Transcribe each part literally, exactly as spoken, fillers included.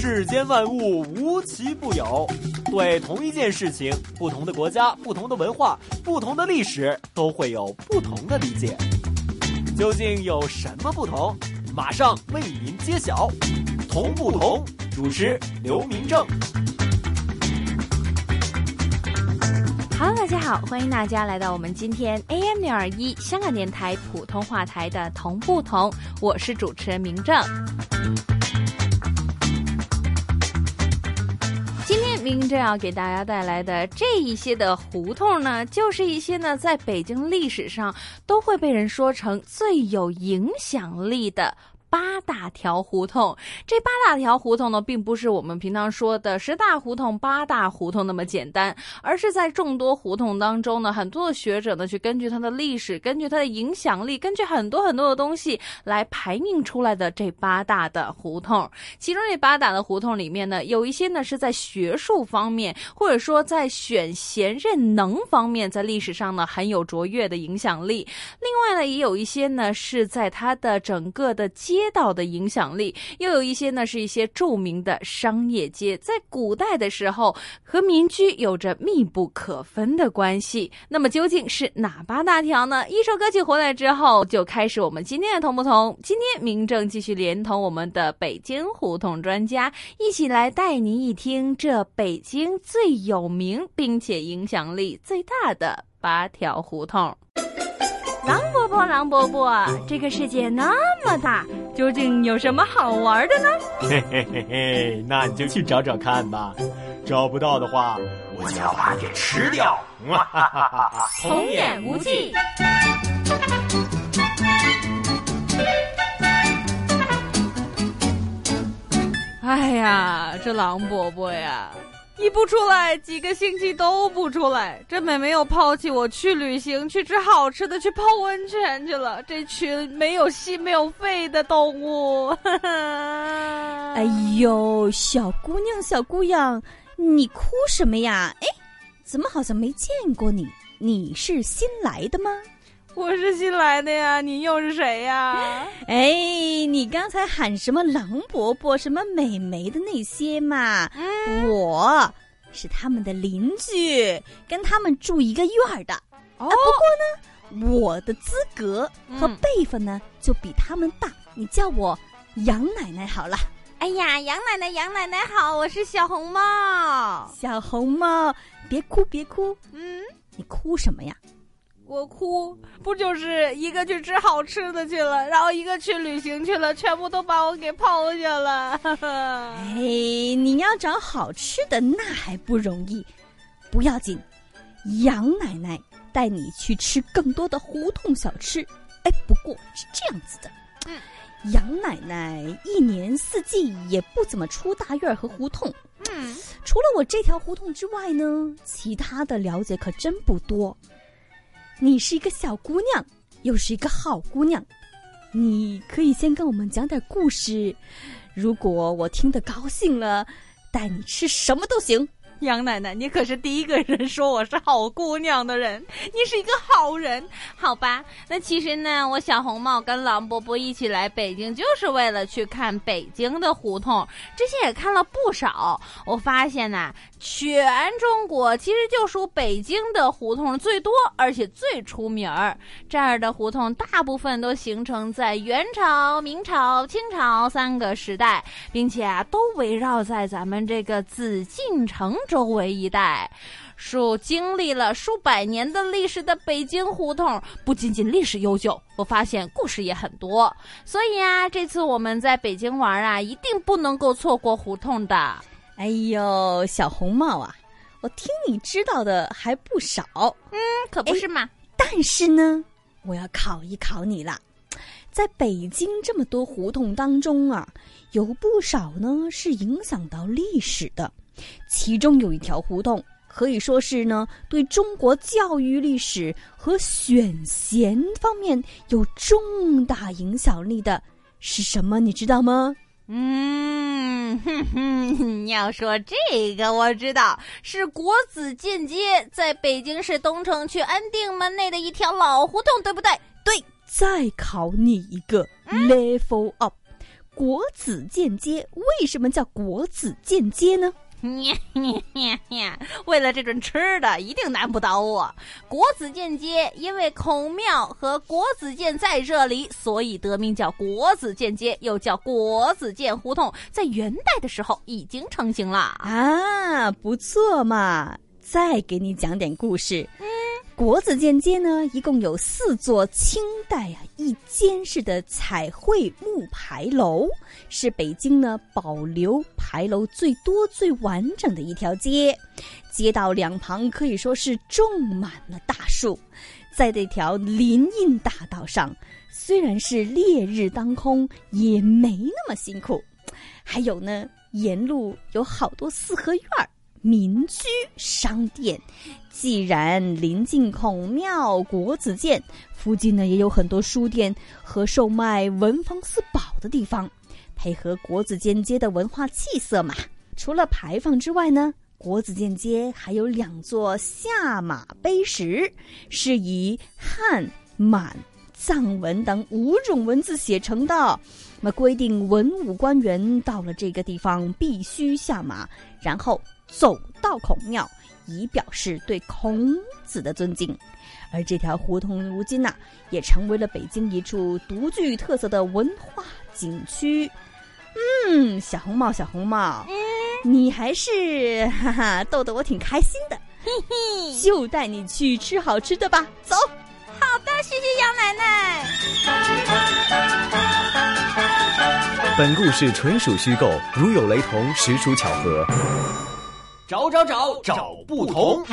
世间万物无奇不有，对同一件事情，不同的国家、不同的文化、不同的历史，都会有不同的理解。究竟有什么不同？马上为您揭晓。同不同，主持刘明正。 Hello， 大家好，欢迎大家来到我们今天 A M 六二一香港电台普通话台的同不同，我是主持人明正。今天明正要给大家带来的这一些的胡同呢，就是一些呢在北京历史上都会被人说成最有影响力的八大条胡同。这八大条胡同呢，并不是我们平常说的十大胡同、八大胡同那么简单，而是在众多胡同当中呢，很多的学者呢，去根据它的历史、根据它的影响力、根据很多很多的东西来排名出来的这八大的胡同。其中这八大的胡同里面呢，有一些呢是在学术方面，或者说在选贤任能方面，在历史上呢很有卓越的影响力。另外呢，也有一些呢是在它的整个的街街道的影响力，又有一些呢是一些著名的商业街，在古代的时候和民居有着密不可分的关系。那么究竟是哪八大条呢？一首歌曲回来之后，就开始我们今天的同不同。今天明正继续连同我们的北京胡同专家，一起来带您一听这北京最有名并且影响力最大的八条胡同。狼伯伯，狼伯伯，这个世界那么大，究竟有什么好玩的呢？ 嘿嘿嘿嘿，那你就去找找看吧。找不到的话，我就要把你给吃掉。 童言无忌。哎呀，这狼伯伯呀，一不出来几个星期都不出来，这美没有抛弃我去旅行，去吃好吃的，去泡温泉去了。这群没有心没有肺的动物。 哎呦，小姑娘小姑娘，你哭什么呀？哎，怎么好像没见过你？你是新来的吗？ 我是新来的呀，你又是谁呀？ 哎，你刚才喊什么狼伯伯什么美眉的那些嘛、嗯、我是他们的邻居，跟他们住一个院的、哦啊、不过呢我的资格和辈分呢、嗯、就比他们大，你叫我杨奶奶好了。 哎呀，杨奶奶杨奶奶好，我是小红帽。 小红帽，别哭别哭。 嗯， 你哭什么呀？ 我哭不就是一个去吃好吃的去了，然后一个去旅行去了，全部都把我给抛下了。 哎，你要找好吃的那还不容易，不要紧，杨奶奶带你去吃更多的胡同小吃。哎，不过是这样子的，嗯，杨奶奶一年四季也不怎么出大院和胡同，嗯，除了我这条胡同之外呢，其他的了解可真不多。你是一个小姑娘，又是一个好姑娘，你可以先跟我们讲点故事，如果我听得高兴了，带你吃什么都行。 杨奶奶，你可是第一个人说我是好姑娘的人，你是一个好人，好吧？那其实呢，我小红帽跟狼伯伯一起来北京，就是为了去看北京的胡同，之前也看了不少。我发现呢、啊，全中国其实就属北京的胡同最多，而且最出名儿。这儿的胡同大部分都形成在元朝、明朝、清朝三个时代，并且啊，都围绕在咱们这个紫禁城周围一带。数经历了数百年的历史的北京胡同，不仅仅历史悠久，我发现故事也很多。所以啊，这次我们在北京玩啊，一定不能够错过胡同的。 哎呦，小红帽啊，我听你知道的还不少。 嗯，可不是嘛。 但是呢，我要考一考你了。在北京这么多胡同当中啊，有不少呢是影响到历史的。其中有一条胡同可以说是呢对中国教育历史和选贤方面有重大影响力的，是什么你知道吗？ 嗯，哼哼，要说这个我知道，是国子监街，在北京市东城区安定门内的一条老胡同，对不对？ 对，再考你一个、嗯、level up。 国子监街为什么叫国子监街呢？ 为了这顿吃的，一定难不倒我。国子监街因为孔庙和国子监在这里，所以得名叫国子监街，又叫国子监胡同，在元代的时候已经成型了啊，不错嘛。再给你讲点故事。嗯，国子监街呢，一共有四座清代啊一间式的彩绘木牌楼，是北京呢保留牌楼最多最完整的一条街。街道两旁可以说是种满了大树，在这条林荫大道上，虽然是烈日当空，也没那么辛苦。还有呢，沿路有好多四合院儿、民居、商店。既然临近孔庙、国子监，附近呢也有很多书店和售卖文房四宝的地方，配合国子监街的文化气色嘛。除了牌坊之外呢，国子监街还有两座下马碑石，是以汉、满、藏文等五种文字写成的。那么规定文武官员到了这个地方必须下马，然后走到孔庙，以表示对孔子的尊敬。而这条胡同如今啊，也成为了北京一处独具特色的文化景区。嗯，小红帽，小红帽，嗯、你还是哈哈逗得我挺开心的。嘿嘿，就带你去吃好吃的吧，走。 好的，谢谢杨奶奶。 本故事纯属虚构，如有雷同，实属巧合。 找找找找不同。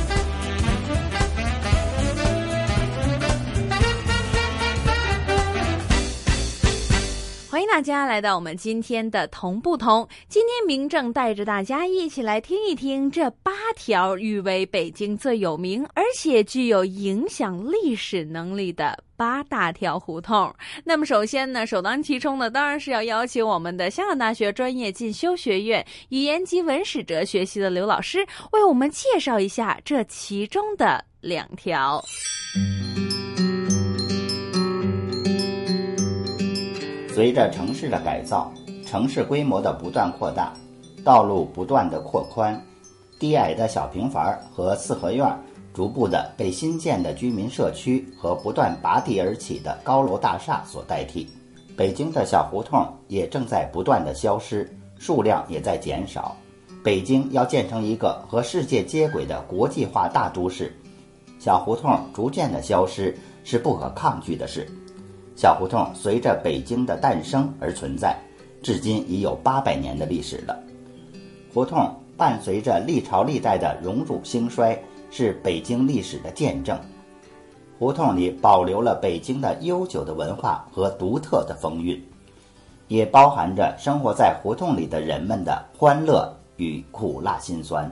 欢迎大家来到我们今天的同不同。今天明正带着大家一起来听一听这八条誉为北京最有名而且具有影响历史能力的八大条胡同。那么首先呢，首当其冲的当然是要邀请我们的香港大学专业进修学院语言及文史哲学系的刘老师为我们介绍一下这其中的两条。 随着城市的改造，城市规模的不断扩大，道路不断的扩宽，低矮的小平房和四合院逐步的被新建的居民社区和不断拔地而起的高楼大厦所代替。北京的小胡同也正在不断的消失，数量也在减少。北京要建成一个和世界接轨的国际化大都市，小胡同逐渐的消失是不可抗拒的事。小胡同随着北京的诞生而存在，至今已有八百年的历史了。胡同伴随着历朝历代的荣辱兴衰，是北京历史的见证。胡同里保留了北京的悠久的文化和独特的风韵，也包含着生活在胡同里的人们的欢乐与苦辣辛酸。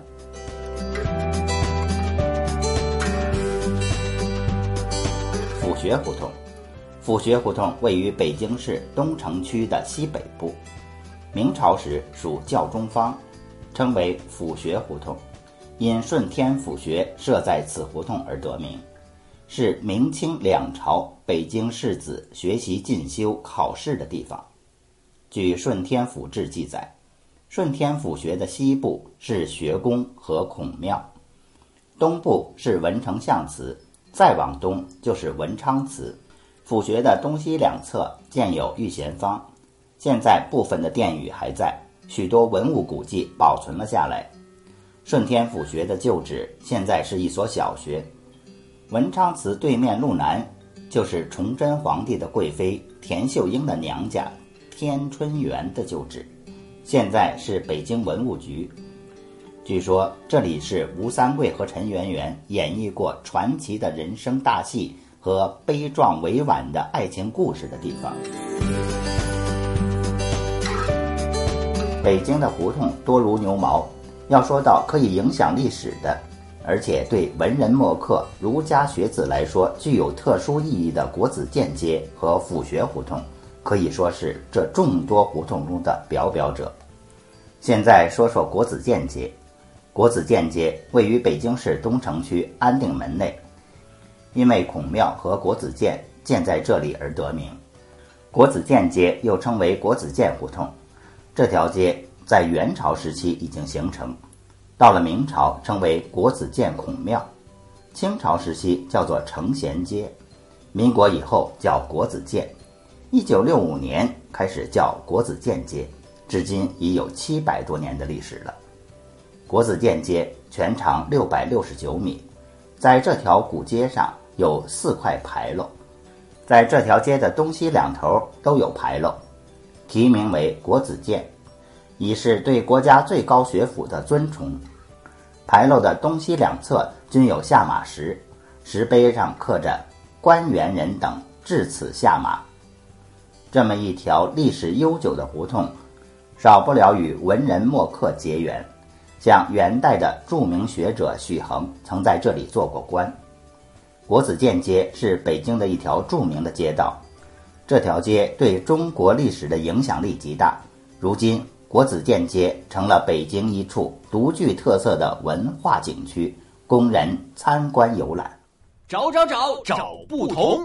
府学胡同，府学胡同位于北京市东城区的西北部，明朝时属教中坊，称为府学胡同，因顺天府学设在此胡同而得名，是明清两朝北京士子学习进修考试的地方。据《顺天府志》记载，顺天府学的西部是学宫和孔庙，东部是文成象祠，再往东就是文昌祠。府学的东西两侧建有御贤坊，现在部分的殿宇还在，许多文物古迹保存了下来。顺天府学的旧址现在是一所小学。文昌祠对面路南就是崇祯皇帝的贵妃田秀英的娘家天春园的旧址，现在是北京文物局。据说这里是吴三桂和陈圆圆演绎过传奇的人生大戏和悲壮委婉的爱情故事的地方。北京的胡同多如牛毛，要说到可以影响历史的，而且对文人墨客、儒家学子来说具有特殊意义的国子监街和府学胡同，可以说是这众多胡同中的表表者。现在说说国子监街。国子监街位于北京市东城区安定门内，因为孔庙和国子监建在这里而得名。 国子监街又称为国子监胡同，这条街在元朝时期已经形成，到了明朝称为国子监孔庙，清朝时期叫做承贤街，民国以后叫国子监，一九六五年开始叫国子监街，至今已有七百多年的历史了。国子监街全长六百六十九米，在这条古街上有四块牌楼，在这条街的东西两头都有牌楼，题名为国子监，以示对国家最高学府的尊崇。牌楼的东西两侧均有下马石，石碑上刻着官员人等至此下马。这么一条历史悠久的胡同，少不了与文人墨客结缘，像元代的著名学者许衡曾在这里做过官。国子监街是北京的一条著名的街道，这条街对中国历史的影响力极大，如今国子监街成了北京一处独具特色的文化景区，供人参观游览。 找找找找不同。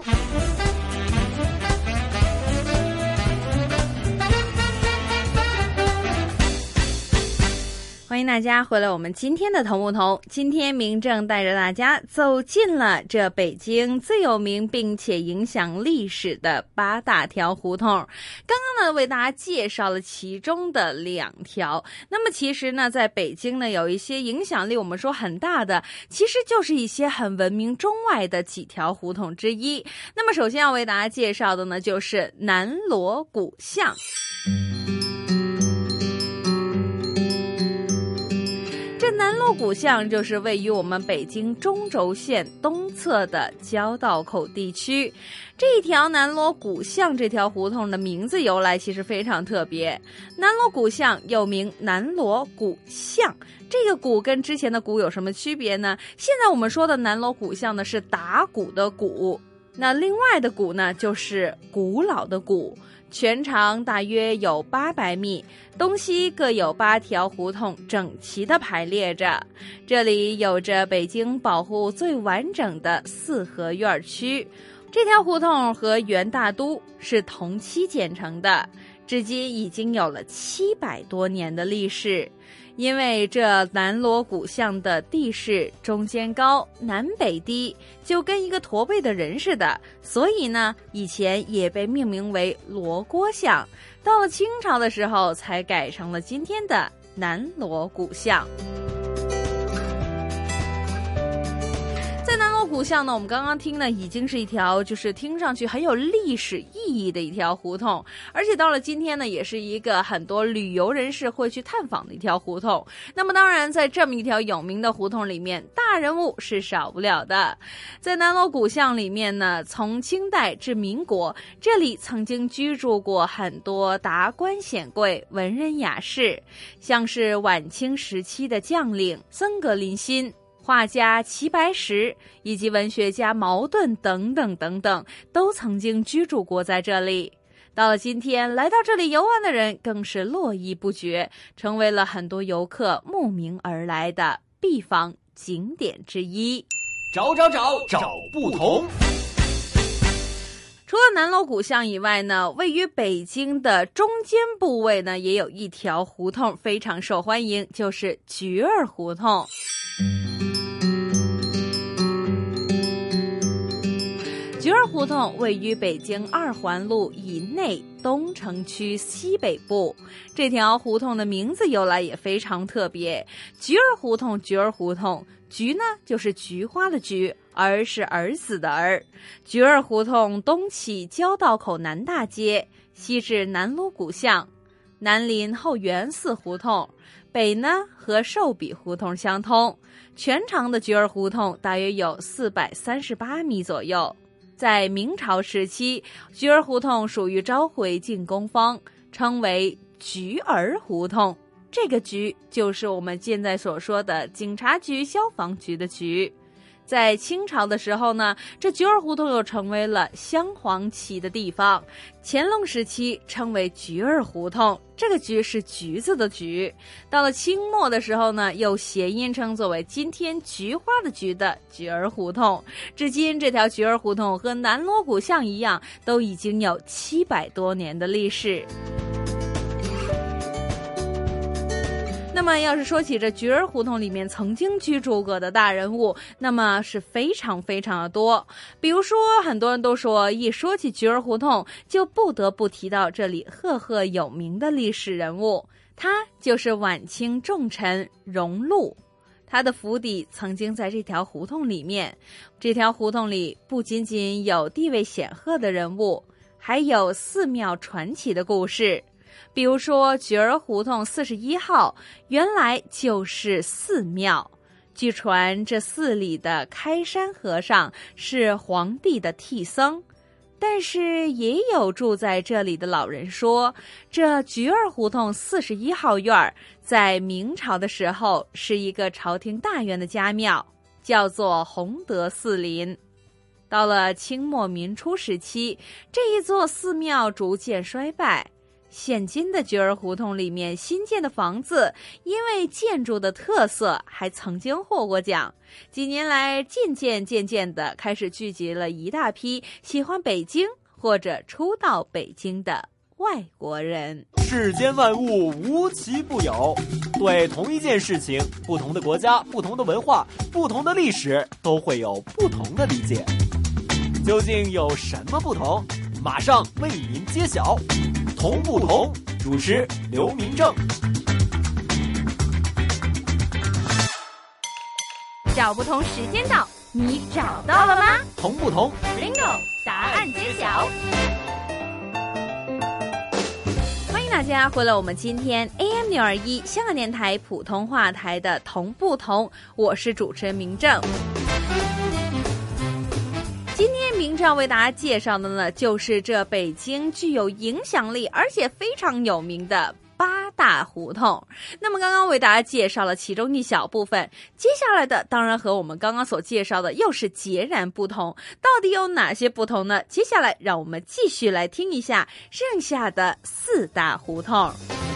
欢迎大家回来我们今天的同不同。今天明正带着大家走进了这北京最有名并且影响历史的八大条胡同。刚刚呢为大家介绍了其中的两条，那么其实呢在北京呢有一些影响力我们说很大的，其实就是一些很闻名中外的几条胡同之一。那么首先要为大家介绍的呢就是南锣鼓巷。这南锣鼓巷就是位于我们北京中轴线东侧的交道口地区。这一条南锣鼓巷这条胡同的名字由来其实非常特别，南锣鼓巷又名南锣鼓巷，这个鼓跟之前的鼓有什么区别呢？现在我们说的南锣鼓巷呢是打鼓的鼓，那另外的鼓呢就是古老的鼓，全长大约有八百米，东西各有八条胡同整齐地排列着。这里有着北京保护最完整的四合院区。这条胡同和元大都是同期建成的，至今已经有了七百多年的历史。因为这南锣鼓巷的地势中间高南北低，就跟一个驼背的人似的，所以呢以前也被命名为锣锅巷，到了清朝的时候才改成了今天的南锣鼓巷。在南锣鼓巷呢，我们刚刚听呢已经是一条就是听上去很有历史意义的一条胡同，而且到了今天呢也是一个很多旅游人士会去探访的一条胡同。那么当然在这么一条有名的胡同里面，大人物是少不了的。在南锣鼓巷里面呢，从清代至民国，这里曾经居住过很多达官显贵文人雅士，像是晚清时期的将领僧格林沁，画家齐白石以及文学家茅盾等等等等，都曾经居住过在这里。到了今天，来到这里游玩的人更是络绎不绝，成为了很多游客慕名而来的必访景点之一。 找找找找不同。 除了南锣鼓巷以外呢，位于北京的中间部位呢，也有一条胡同非常受欢迎，就是菊儿胡同。菊儿胡同位于北京二环路以内东城区西北部。这条胡同的名字由来也非常特别，菊儿胡同，菊儿胡同，菊呢就是菊花的菊，儿是儿子的儿。菊儿胡同东起交道口南大街，西至南锣鼓巷，南临后元寺胡同，北呢和寿比胡同相通。全长的菊儿胡同大约有四百三十八米左右。在明朝时期，菊儿胡同属于召回进攻方，称为菊儿胡同。这个菊就是我们现在所说的警察局、消防局的局。 在清朝的时候呢，这菊儿胡同又成为了镶黄旗的地方。乾隆时期称为菊儿胡同，这个菊是橘子的橘。到了清末的时候呢，又谐音称作为今天菊花的菊的菊儿胡同。至今这条菊儿胡同和南锣鼓巷一样，都已经有七百多年的历史。那么要是说起这菊儿胡同里面曾经居住过的大人物，那么是非常非常的多。比如说很多人都说，一说起菊儿胡同就不得不提到这里赫赫有名的历史人物，他就是晚清重臣荣禄。他的府邸曾经在这条胡同里面，这条胡同里不仅仅有地位显赫的人物，还有寺庙传奇的故事。比如说菊儿胡同四十一号原来就是寺庙，据传这寺里的开山和尚是皇帝的替僧，但是也有住在这里的老人说，这菊儿胡同四十一号院在明朝的时候是一个朝廷大员的家庙，叫做弘德寺林。到了清末民初时期，这一座寺庙逐渐衰败，现今的菊儿胡同里面新建的房子，因为建筑的特色还曾经获过奖。几年来渐渐渐渐的开始聚集了一大批喜欢北京或者初到北京的外国人。 世间万物无奇不有，对同一件事情，不同的国家、不同的文化、不同的历史都会有不同的理解。究竟有什么不同？马上为您揭晓。同不同，主持刘明正。 找不同时间到，你找到了吗？ 同不同 Bingo， 答案揭晓。欢迎大家回来，我们今天 A M 六二一香港电台普通话台的同不同，我是主持人明正。今天明正为大家介绍的呢，就是这北京具有影响力而且非常有名的八大胡同。那么刚刚为大家介绍了其中一小部分，接下来的当然和我们刚刚所介绍的又是截然不同。到底有哪些不同呢？接下来让我们继续来听一下剩下的四大胡同。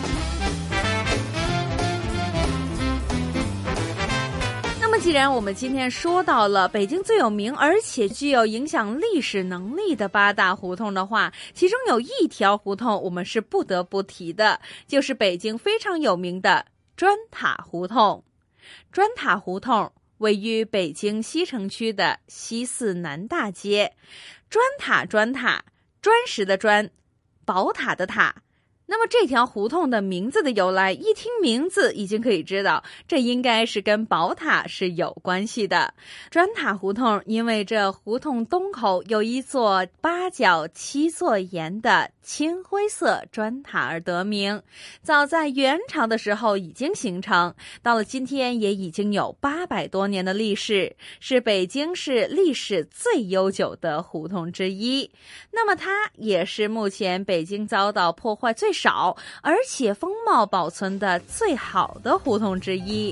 那么既然我们今天说到了北京最有名而且具有影响历史能力的八大胡同的话，其中有一条胡同我们是不得不提的，就是北京非常有名的砖塔胡同。砖塔胡同位于北京西城区的西四南大街。砖塔砖塔，砖石的砖，宝塔的塔。那么这条胡同的名字的由来，一听名字已经可以知道，这应该是跟宝塔是有关系的。砖塔胡同因为这胡同东口有一座八角七座檐的青灰色砖塔而得名，早在元朝的时候已经形成，到了今天也已经有八百多年的历史，是北京市历史最悠久的胡同之一。那么它也是目前北京遭到破坏最少而且风貌保存的最好的胡同之一。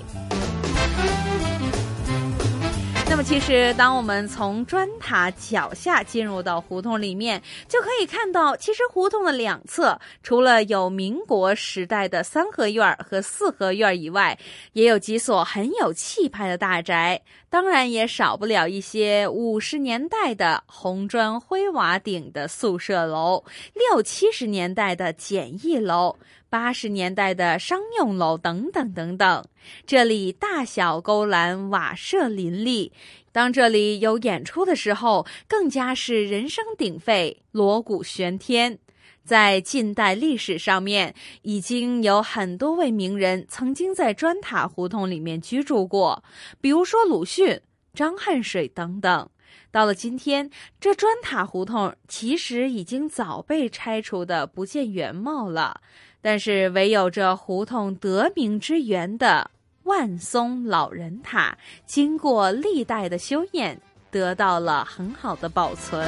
那么其实当我们从砖塔脚下进入到胡同里面，就可以看到其实胡同的两侧除了有民国时代的三合院和四合院以外，也有几所很有气派的大宅，当然也少不了一些五十年代的红砖灰瓦顶的宿舍楼，六七十年代的简易楼，八十年代的商用楼等等等等。这里大小勾栏，瓦舍林立，当这里有演出的时候，更加是人声鼎沸，锣鼓喧天。在近代历史上面，已经有很多位名人曾经在砖塔胡同里面居住过，比如说鲁迅、张恨水等等。到了今天，这砖塔胡同其实已经早被拆除的不见原貌了，但是唯有这胡同得名之源的万松老人塔，经过历代的修验，得到了很好的保存。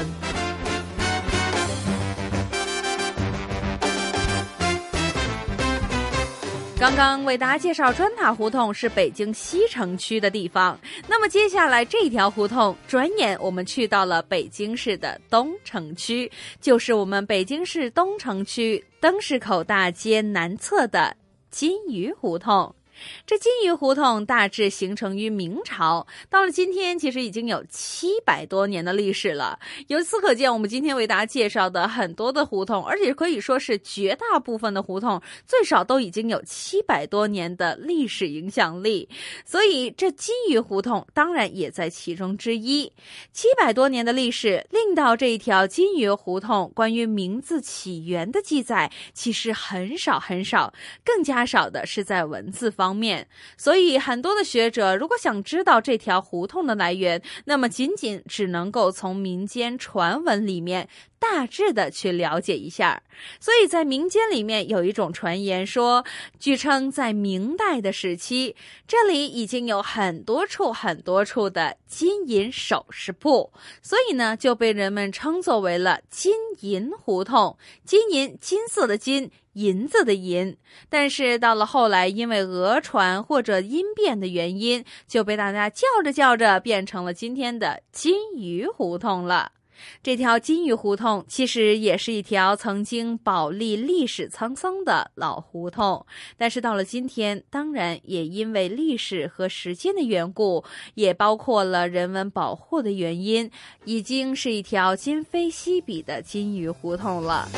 刚刚为大家介绍砖塔胡同是北京西城区的地方，那么接下来这条胡同转眼我们去到了北京市的东城区，就是我们北京市东城区灯市口大街南侧的金鱼胡同。这金鱼胡同大致形成于明朝，到了今天其实已经有七百多年的历史了。由此可见，我们今天为大家介绍的很多的胡同，而且可以说是绝大部分的胡同，最少都已经有七百多年的历史影响力。所以这金鱼胡同当然也在其中之一。七百多年的历史，令到这一条金鱼胡同关于名字起源的记载其实很少很少，更加少的是在文字方面。方面，所以很多的学者如果想知道这条胡同的来源，那么仅仅只能够从民间传闻里面大致的去了解一下。所以在民间里面有一种传言说，据称在明代的时期，这里已经有很多处很多处的金银首饰铺，所以呢就被人们称作为了金银胡同。金银，金色的金，银子的银，但是到了后来，因为讹传或者音变的原因，就被大家叫着叫着变成了今天的金鱼胡同了。这条金鱼胡同其实也是一条曾经保利历史沧桑的老胡同，但是到了今天，当然也因为历史和时间的缘故，也包括了人文保护的原因，已经是一条今非昔比的金鱼胡同了。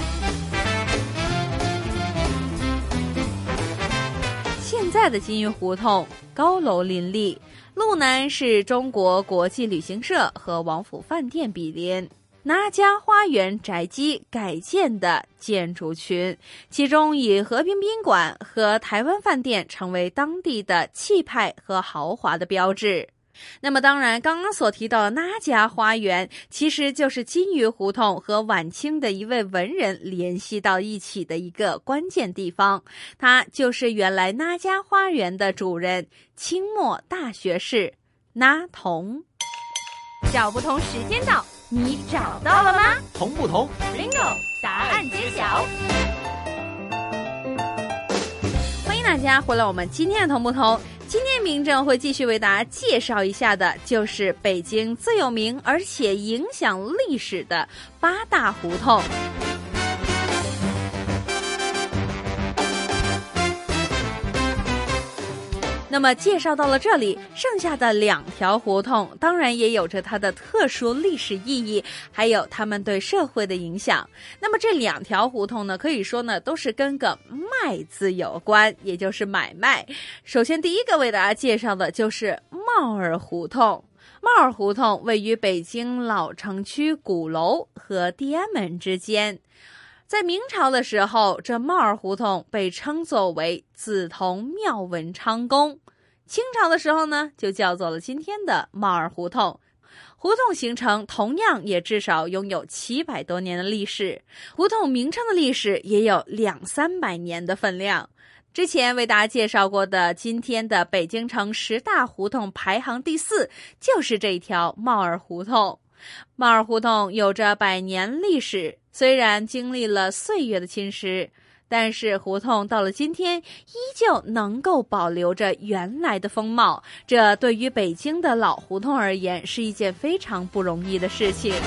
现在的金鱼胡同高楼林立，路南是中国国际旅行社和王府饭店毗邻，那家花园宅基改建的建筑群，其中以和平宾馆和台湾饭店成为当地的气派和豪华的标志。那么当然，刚刚所提到的那家花园其实就是金鱼胡同和晚清的一位文人联系到一起的一个关键地方，他就是原来那家花园的主人，清末大学士那童。 小不同时间到，你找到了吗？ 同不同 Bingo， 答案揭晓。 欢迎大家回来我们今天的同不同。今天明正会继续为大家介绍一下的，就是北京最有名而且影响历史的八大胡同。那么介绍到了这里，剩下的两条胡同当然也有着它的特殊历史意义，还有他们对社会的影响。那么这两条胡同呢，可以说呢都是跟个卖字有关，也就是买卖。首先第一个为大家介绍的就是帽儿胡同。帽儿胡同位于北京老城区鼓楼和地安门之间。在明朝的时候，这帽儿胡同被称作为紫铜庙文昌宫。清朝的时候呢，就叫做了今天的帽儿胡同。胡同形成同样也至少拥有七百多年的历史，胡同名称的历史也有两三百年的分量。之前为大家介绍过的今天的北京城十大胡同排行第四，就是这一条帽儿胡同。帽儿胡同有着百年历史，虽然经历了岁月的侵蚀，但是胡同到了今天依旧能够保留着原来的风貌，这对于北京的老胡同而言是一件非常不容易的事情。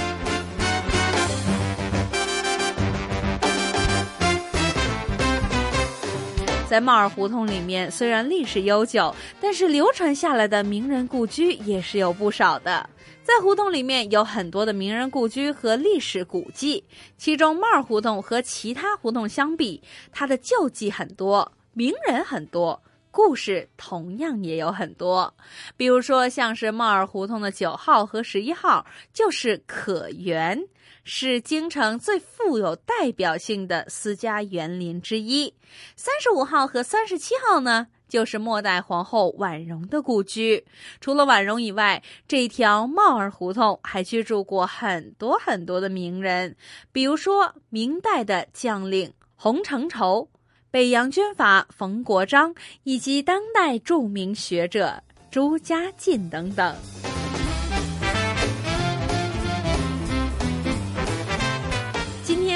在帽儿胡同里面，虽然历史悠久，但是流传下来的名人故居也是有不少的。在胡同里面有很多的名人故居和历史古迹，其中帽儿胡同和其他胡同相比，它的旧迹很多，名人很多，故事同样也有很多。比如说像是帽儿胡同的九号和十一号就是可园，是京城最富有代表性的私家园林之一。三十五号和三十七号呢，就是末代皇后婉容的故居。除了婉容以外，这条帽儿胡同还居住过很多很多的名人，比如说明代的将领洪承畴、北洋军阀冯国璋，以及当代著名学者朱家进等等。今天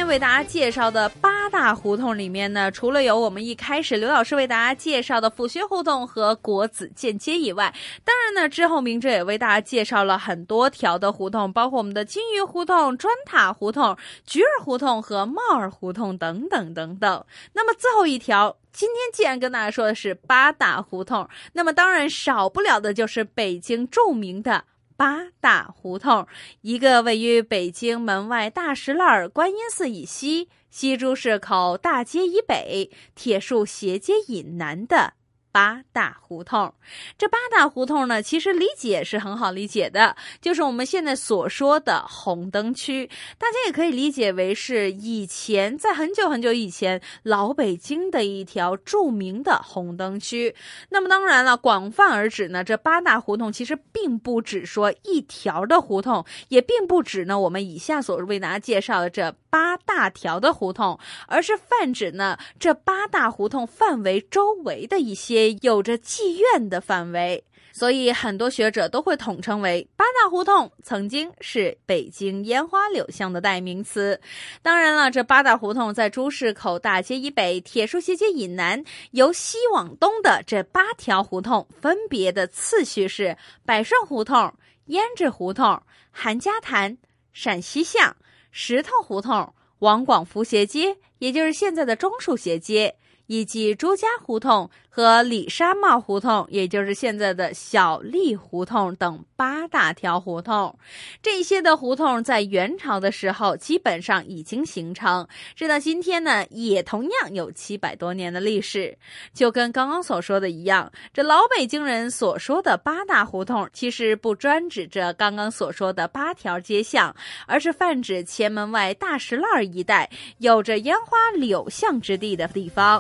天为大家介绍的八大胡同里面呢，除了有我们一开始刘老师为大家介绍的府学胡同和国子监街以外，当然呢之后明哲也为大家介绍了很多条的胡同，包括我们的金鱼胡同、砖塔胡同、菊儿胡同和帽儿胡同等等等等。那么最后一条，今天既然跟大家说的是八大胡同，那么当然少不了的就是北京著名的八大胡同，一个位于北京门外大石栏观音寺以西、西珠市口大街以北、铁树斜街以南的八大胡同。这八大胡同呢，其实理解是很好理解的，就是我们现在所说的红灯区，大家也可以理解为是以前在很久很久以前老北京的一条著名的红灯区。那么当然了，广泛而指呢，这八大胡同其实并不只说一条的胡同，也并不指呢我们以下所为大家介绍的这八大条的胡同，而是泛指呢这八大胡同范围周围的一些有着妓院的范围。所以很多学者都会统称为八大胡同曾经是北京烟花柳巷的代名词。当然了，这八大胡同在珠市口大街以北、铁树斜街以南，由西往东的这八条胡同分别的次序是百顺胡同、胭脂胡同、韩家潭、陕西巷、石头胡同、王广福斜街，也就是现在的中树斜街，以及朱家胡同和李沙帽胡同，也就是现在的小丽胡同等八大条胡同。这些的胡同在元朝的时候基本上已经形成，直到今天呢也同样有七百多年的历史。就跟刚刚所说的一样，这老北京人所说的八大胡同其实不专指着刚刚所说的八条街巷，而是泛指前门外大石栏一带有着烟花柳巷之地的地方。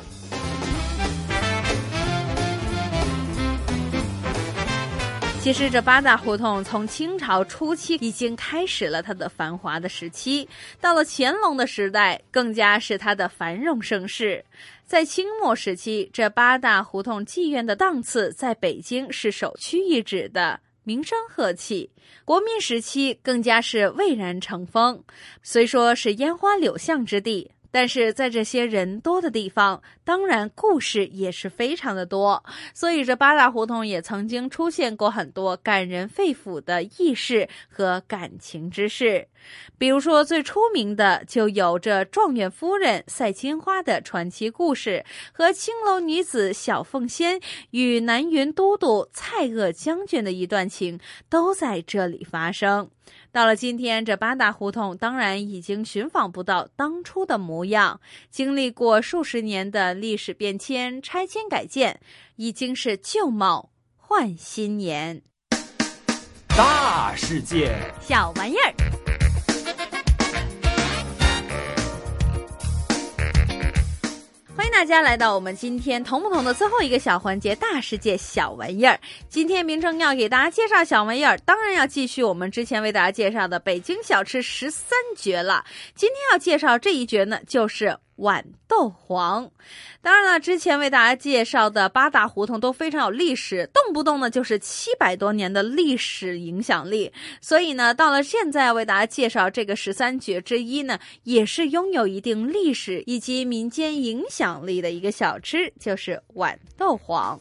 其实这八大胡同从清朝初期已经开始了它的繁华的时期，到了乾隆的时代更加是它的繁荣盛世。在清末时期，这八大胡同妓院的档次在北京是首屈一指的，名声鹤起。国民时期更加是蔚然成风，虽说是烟花柳巷之地，但是在这些人多的地方，当然故事也是非常的多，所以这八大胡同也曾经出现过很多感人肺腑的轶事和感情之事。比如说最出名的就有这状元夫人赛金花的传奇故事，和青楼女子小凤仙与南云都督蔡锷将军的一段情都在这里发生。到了今天，这八大胡同当然已经寻访不到当初的模样，经历过数十年的历史变迁、拆迁改建，已经是旧貌换新颜。 大世界， 小玩意儿。 欢迎大家来到我们今天同不同的最后一个小环节，大世界小玩意儿。今天明正要给大家介绍小玩意儿，当然要继续我们之前为大家介绍的北京小吃十三绝了。今天要介绍这一绝呢，就是豌豆黄。当然了，之前为大家介绍的八大胡同都非常有历史，动不动呢就是七百多年的历史影响力，所以呢到了现在为大家介绍这个十三绝之一呢，也是拥有一定历史以及民间影响力的一个小吃，就是豌豆黄。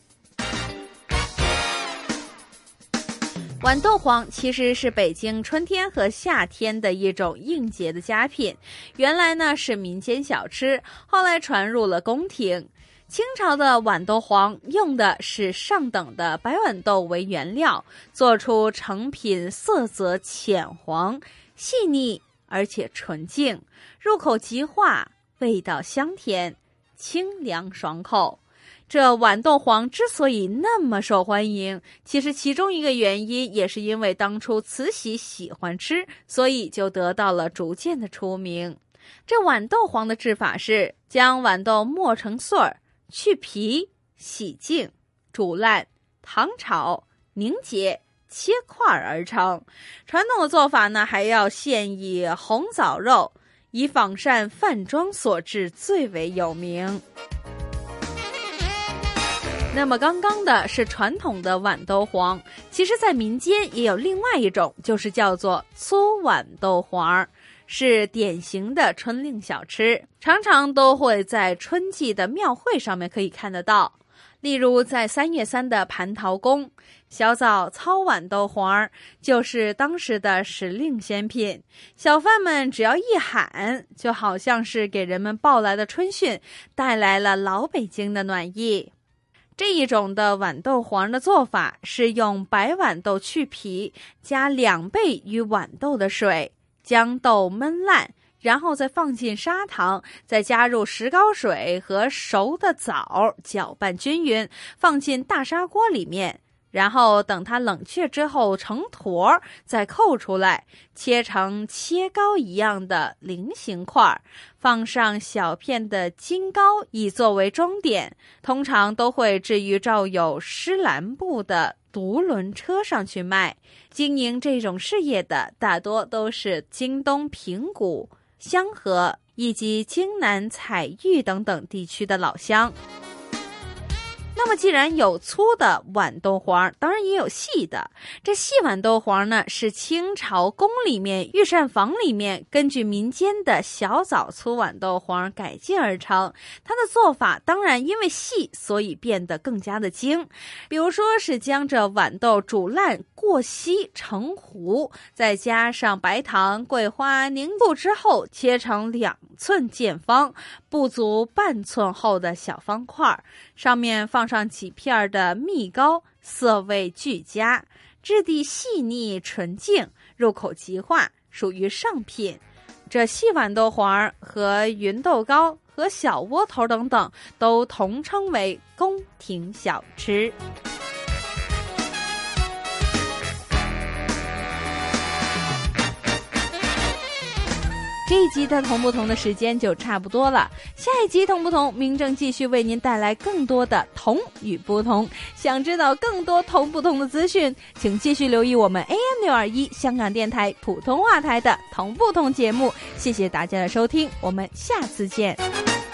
豌豆黄其实是北京春天和夏天的一种应节的佳品，原来呢是民间小吃，后来传入了宫廷。清朝的豌豆黄用的是上等的白豌豆为原料，做出成品色泽浅黄，细腻而且纯净，入口即化，味道香甜，清凉爽口。这豌豆黄之所以那么受欢迎，其实其中一个原因也是因为当初慈禧喜欢吃，所以就得到了逐渐的出名。这豌豆黄的制法是将豌豆磨成穗儿，去皮，洗净，煮烂，糖炒，凝结，切块而成。传统的做法呢，还要现以红枣肉，以仿膳饭庄所制最为有名。那么刚刚的是传统的豌豆黄，其实在民间也有另外一种，就是叫做粗豌豆黄。 是典型的春令小吃，常常都会在春季的庙会上面可以看得到。例如在三月三的蟠桃宫，小枣糙豌豆黄就是当时的时令鲜品，小贩们只要一喊，就好像是给人们报来的春讯，带来了老北京的暖意。这一种的豌豆黄的做法是用白豌豆去皮，加两倍于豌豆的水，将豆焖烂，然后再放进砂糖，再加入石膏水和熟的枣，搅拌均匀，放进大砂锅里面，然后等它冷却之后成坨，再扣出来，切成切糕一样的菱形块，放上小片的金糕以作为装点，通常都会置于罩有湿蓝布的独轮车上去卖。经营这种事业的大多都是京东平谷、香河以及京南采玉等等地区的老乡。那么既然有粗的豌豆黄，当然也有细的。这细豌豆黄呢，是清朝宫里面御膳房里面根据民间的小枣粗豌豆黄改进而成。它的做法当然因为细，所以变得更加的精。比如说是将这豌豆煮烂过稀成糊，再加上白糖、桂花凝固之后，切成两寸见方，不足半寸厚的小方块，上面放上几片的蜜糕，色味俱佳，质地细腻纯净，入口即化，属于上品。这细豌豆黄和芸豆糕和小窝头等等都同称为宫廷小吃。这一集的同不同的时间就差不多了，下一集同不同，明正继续为您带来更多的同与不同。想知道更多同不同的资讯，请继续留意我们 A M 六二一香港电台普通话台的同不同节目。谢谢大家的收听，我们下次见。